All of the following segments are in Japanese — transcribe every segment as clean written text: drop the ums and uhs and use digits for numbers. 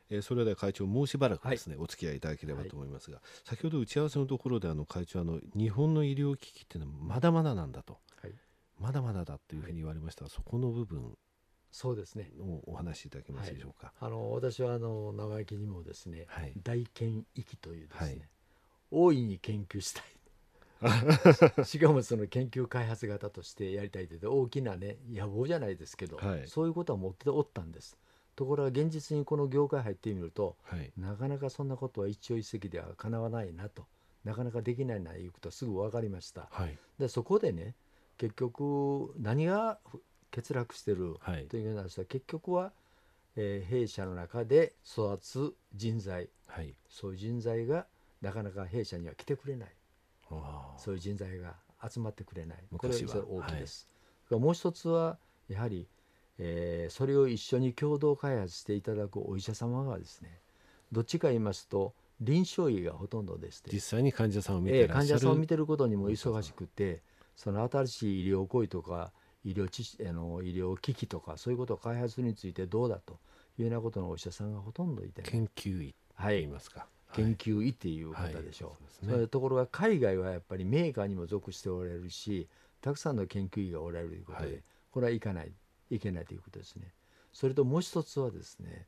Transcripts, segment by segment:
それでは会長もうしばらくですね、お付き合いいただければと思いますが、先ほど打ち合わせのところで会長日本の医療機器っていうのはまだまだなんだと、まだまだだというふうに言われましたが、そこの部分そうですね。 をお話しいただけますでしょうか。 私は生意気にもですね、大研域というですね、大いに研究したいしかもその研究開発型としてやりたいという大きなね野望じゃないですけど、そういうことは持っておったんです。ところが現実にこの業界入ってみると、なかなかそんなことは一朝一夕ではかなわないなと、なかなかできないなということはすぐ分かりました。でそこでね、結局何が欠落してるという話は、結局は、弊社の中で育つ人材、そういう人材がなかなか弊社には来てくれない、そういう人材が集まってくれない、これは大きいです。もう一つはやはり、それを一緒に共同開発していただくお医者様がですね、どっちか言いますと臨床医がほとんどでして、 実際に患者さんを見てらっしゃる、 患者さんを見てることにも忙しくて、その新しい医療行為とか医療機器とかそういうことを開発するについてどうだというようなことのお医者さんがほとんどいてない。 研究医と言いますか、 研究医っていう方でしょう。そういうところが海外はやっぱりメーカーにも属しておられるし、たくさんの研究医がおられるということで、これはいけないということですね。それともう一つはですね、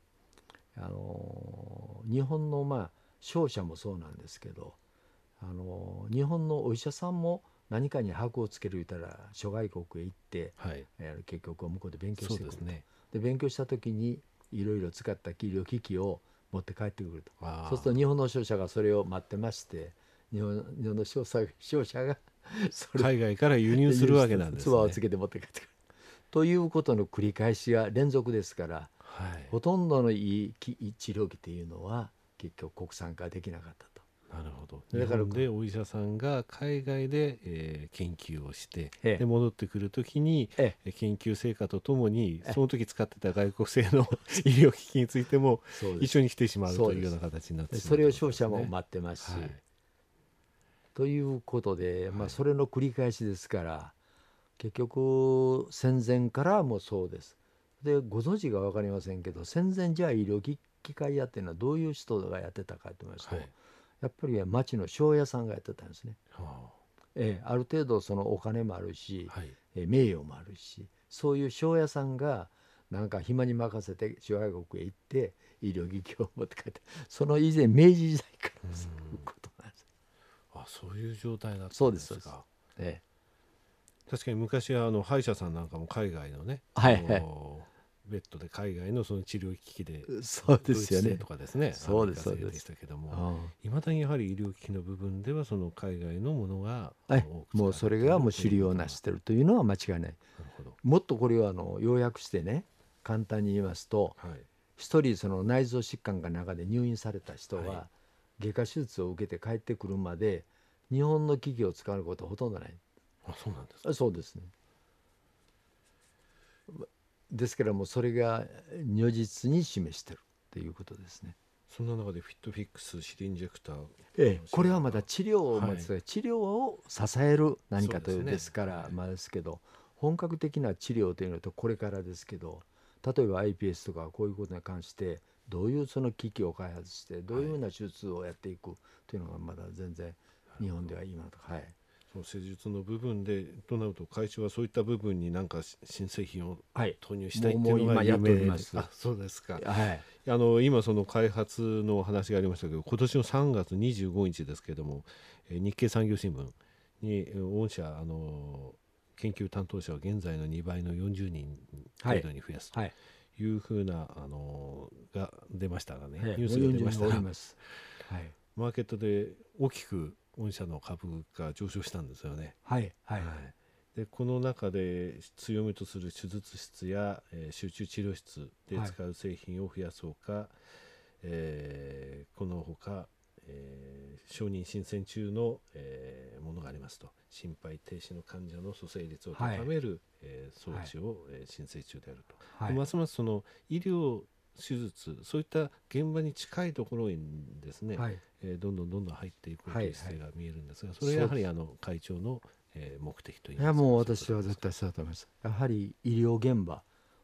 日本の商社もそうなんですけど、日本のお医者さんも何かに箔をつける言ったら諸外国へ行って、結局は向こうで勉強してくると。で勉強した時にいろいろ使った医療機器を持って帰ってくると。そうすると日本の商社がそれを待ってまして、日本の商社がそれ海外から輸入するわけなんですね。 ツアーをつけて持って帰ってくるということの繰り返しが連続ですから、ほとんどのいい治療器というのは結局国産化できなかったと。 なるほど。日本でお医者さんが海外で、研究をして、で戻ってくるときに、研究成果とともにその時使ってた外国製の医療機器についても一緒に来てしまうというような形になってしまう、 それを商社も待ってますし、ということで、それの繰り返しですから、結局戦前からもそうです。でご存知か分かりませんけど、戦前じゃあ医療機械屋っていうのはどういう人がやってたかと言いますと、やっぱり町の庄屋さんがやってたんですね。ある程度そのお金もあるし、名誉もあるし、そういう庄屋さんがなんか暇に任せて諸外国へ行って医療機器を持って帰って、その以前明治時代からそういうことなんです。 そういう状態だったんですか。 そうです、そうです。 確かに昔は歯医者さんなんかも海外のね、ベッドで海外のその治療機器で、 そうですよね、 ドイツ製とかですね、 そうですそうですでしたけども、いまだにやはり医療機器の部分ではその海外のものがもうそれがもう主流をなしてるというのは間違いない。 なるほど。 もっとこれは要約してね、簡単に言いますと、一人その内臓疾患が中で入院された人は、外科手術を受けて帰ってくるまで日本の機器を使うことはほとんどない。 そうなんですか。 そうですね。ですからもうそれが如実に示してるということですね。 そんな中でフィットフィックスシリンジェクター、 これはまだ治療を、治療を支える何かというですからですけど、本格的な治療というのとこれからですけど、例えば iPS とかこういうことに関してどういうその機器を開発してどういうふうな手術をやっていくというのがまだ全然日本では今とか、 その施術の部分でとなると、会社はそういった部分に何か新製品を投入したいっていうのが有名です。そうですか。今その開発のお話がありましたけど、今年の3月25日ですけれども、日経産業新聞に御社研究担当者を現在の2倍の40人程度に増やすというふうなが出ましたがね、ニュースが出ましたが、マーケットで大きく御社の株が上昇したんですよね。でこの中で強みとする手術室や、集中治療室で使う製品を増やすほか、このほか、承認申請中の、ものがありますと。心肺停止の患者の蘇生率を高める、装置を、申請中であると。ますますその医療手術、そういった現場に近いところにですね、どんどん入っていくという姿勢が見えるんですが、それはやはり会長の目的といいますか。 もう私は絶対そうだと思います。やはり医療現場、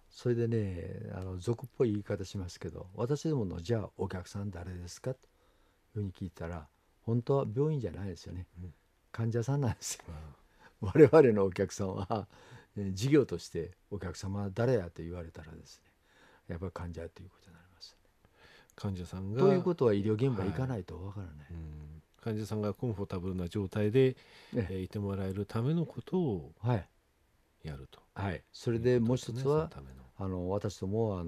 それでね俗っぽい言い方しますけど、私どものじゃあお客さん誰ですかというふうに聞いたら、本当は病院じゃないですよね、患者さんなんですよ。我々のお客さんは事業としてお客様は誰やと言われたらですね、やっぱり患者ということになります、ね、 患者さんがということは医療現場行かないとわからない、 患者さんがコンフォータブルな状態で、いてもらえるためのことをやると、 はい、それでもう一つは私ども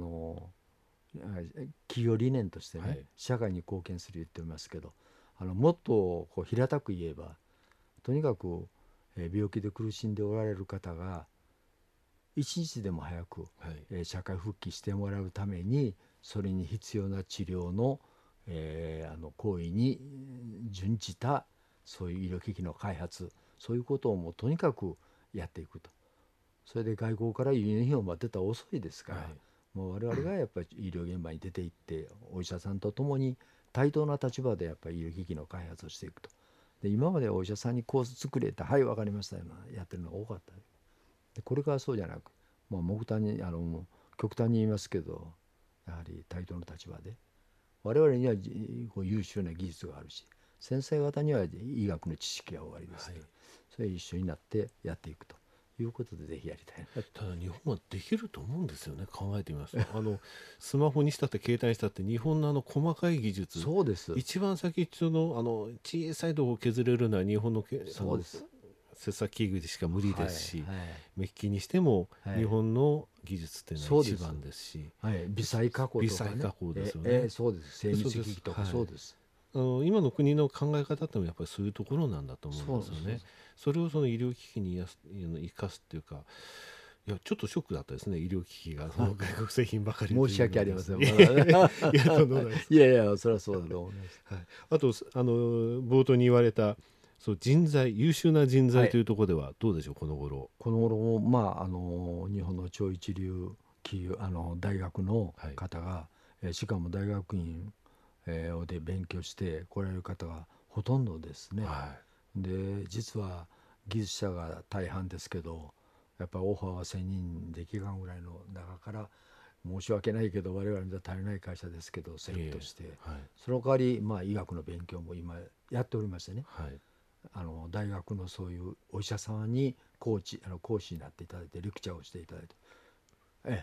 企業理念としてね、社会に貢献する言っておりますけど、もっとこう平たく言えば、とにかく病気で苦しんでおられる方が一日でも早く、社会復帰してもらうために、それに必要な治療の、行為に準じたそういう医療機器の開発、そういうことをもうとにかくやっていくと。それで外国から輸入品を待ってたら遅いですから、もう我々がやっぱり医療現場に出ていってお医者さんと共に対等な立場でやっぱり医療機器の開発をしていくと。で今までお医者さんにこう作れた、はい分かりましたよやってるのが多かった。でこれからそうじゃなく、極端に極端に言いますけど、やはり対等の立場で我々にはこう優秀な技術があるし、先生方には医学の知識がおありですけど、それ一緒になってやっていくということでぜひやりたいな。 ただ日本はできると思うんですよね、考えてみますとスマホにしたって携帯にしたって日本の細かい技術、 そうです、 一番先の小さいところを削れるのは日本のそうです切削器具でしか無理ですし、メッキにしても日本の技術っていうのは一番ですし、 微細加工とかね、 微細加工ですよね、 そうです、精密機器とかそうです、 今の国の考え方ってもやっぱりそういうところなんだと思うんですよね。それをその医療機器に生かすっていうか、いやちょっとショックだったですね、医療機器がその外国製品ばかり申し訳ありません。 いやとんでもないです。 いやそれはそうだと思います。 あと冒頭に言われたそう優秀な人材というところではどうでしょう、この頃も日本の超一流大学の方が、しかも大学院で勉強して来られる方がほとんどですね、で実は技術者が大半ですけど、やっぱりオファーは1000人できがんぐらいの中から、申し訳ないけど我々じゃ足りない会社ですけどセレクトして、その代わり医学の勉強も今やっておりましてね、大学のそういうお医者様に講師になっていただいてレクチャーをしていただいて、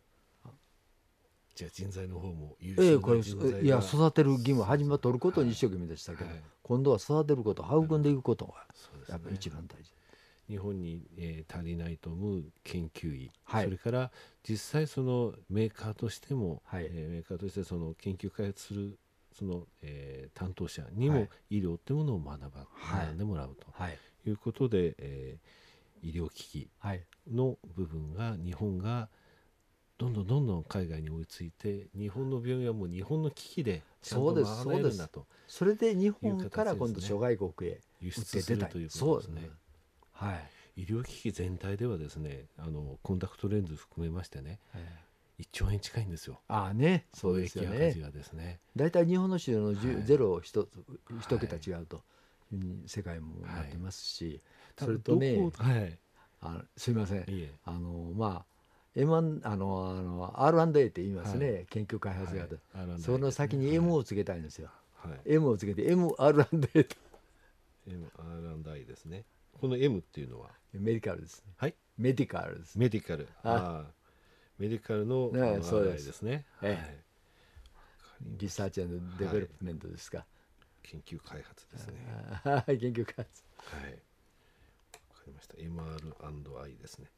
じゃあ人材の方も優秀な人材が、 いや育てる義務始まっておることに一生懸命でしたけど、今度は育てること、育んでいくことがやっぱり一番大事。 日本に、足りないと思う研究医、それから実際そのメーカーとしても、メーカーとしてその研究開発するその、担当者にも医療ってものを学んでもらうということで、医療機器の部分が日本がどんどん海外に追いついて、日本の病院はもう日本の機器でちゃんと回れるんだと、 それで日本から今度諸外国へ輸出するということですね。医療機器全体ではですね、コンタクトレンズ含めましてね、1兆円近いんですよ。 そうですよね。 貿易赤字がですね。 だいたい日本の市場のゼロ一桁違うと世界もなってますし、それとね、すいません、R&A って言いますね、研究開発型、その先に M をつけたいんですよ。M をつけて MR&A と MR&I ですね。この M っていうのはメディカルですね。 はい、 メディカルです。 メディカル、メディカルの R&I ですね。 リサーチ&デベロップメントですか。 研究開発ですね。 研究開発。 わかりました。MR&I ですね。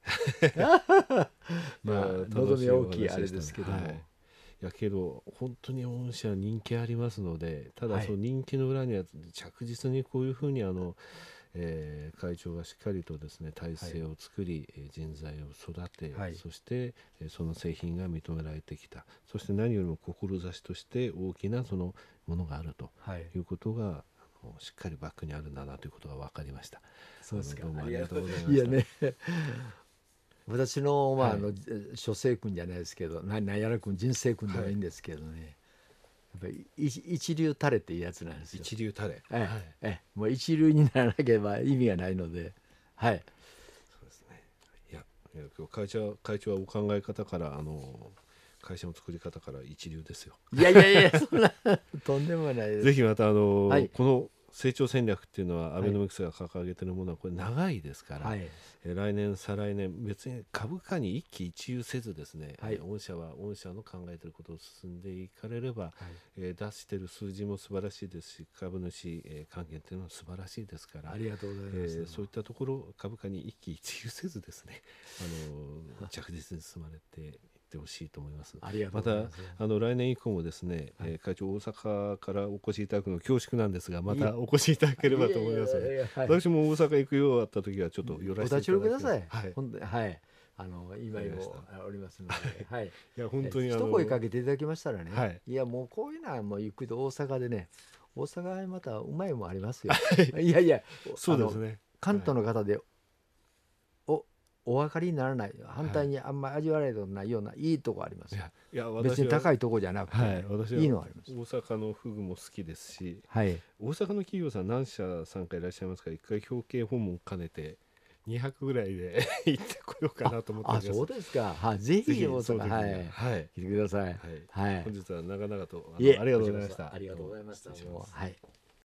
望み大きいあれですけども。 やけど本当に御社人気ありますので、ただその人気の裏には着実にこういうふうに会長がしっかりとですね体制を作り、人材を育て、そしてその製品が認められてきた、そして何よりも志として大きなそのものがあるということが、しっかりバックにあるんだなということが分かりました。 そうですか。 どうもありがとうございました。 私の諸生君じゃないですけど、何やら君人生君でもいいんですけどね、やっぱり一流タレっていうやつなんですよ。 一流タレ、 もう一流にならなければ意味がないので、 そうですね。いや今日会長はお考え方から会社の作り方から一流ですよ。 いやいやいやそんなとんでもないです。 ぜひまたはい、 この成長戦略っていうのはアベノミクスが掲げているものはこれ長いですから、はい、来年再来年別に株価に一喜一憂せずですね、はい、御社は御社の考えていることを進んでいかれれば、はい、出している数字も素晴らしいですし株主、還元というのは素晴らしいですから、 ありがとうございます、 そういったところ株価に一喜一憂せずですね着実に進まれてほしいと思います。また来年以降もですね、はい、会長大阪からお越しいただくの恐縮なんですがまたお越しいただければと思いますので、私も大阪行くようあった時はちょっと寄らせていただきます。お立ち寄りください。はい、本当にはい今もおりますので、はい、いや本当に一声かけていただきましたらね、はい、いやもうこういうのはもうゆっくりと大阪でね、大阪はまたうまいもんありますよ。いやいやそうですね。 関東の方で、お分かりにならない反対にあんまり味わわれたことないようないいとこあります。いや別に高いとこじゃなくて、はい、私はいいのあります。 大阪のフグも好きですし、はい、大阪の企業さん何社参加いらっしゃいますか。一回表敬訪問兼ねて200ぐらいで行ってこようかなと思っております。 そうですか。はい、ぜひ大阪はい、来てください。 はい、本日は長々とありがとうございました。 ありがとうございました。はい。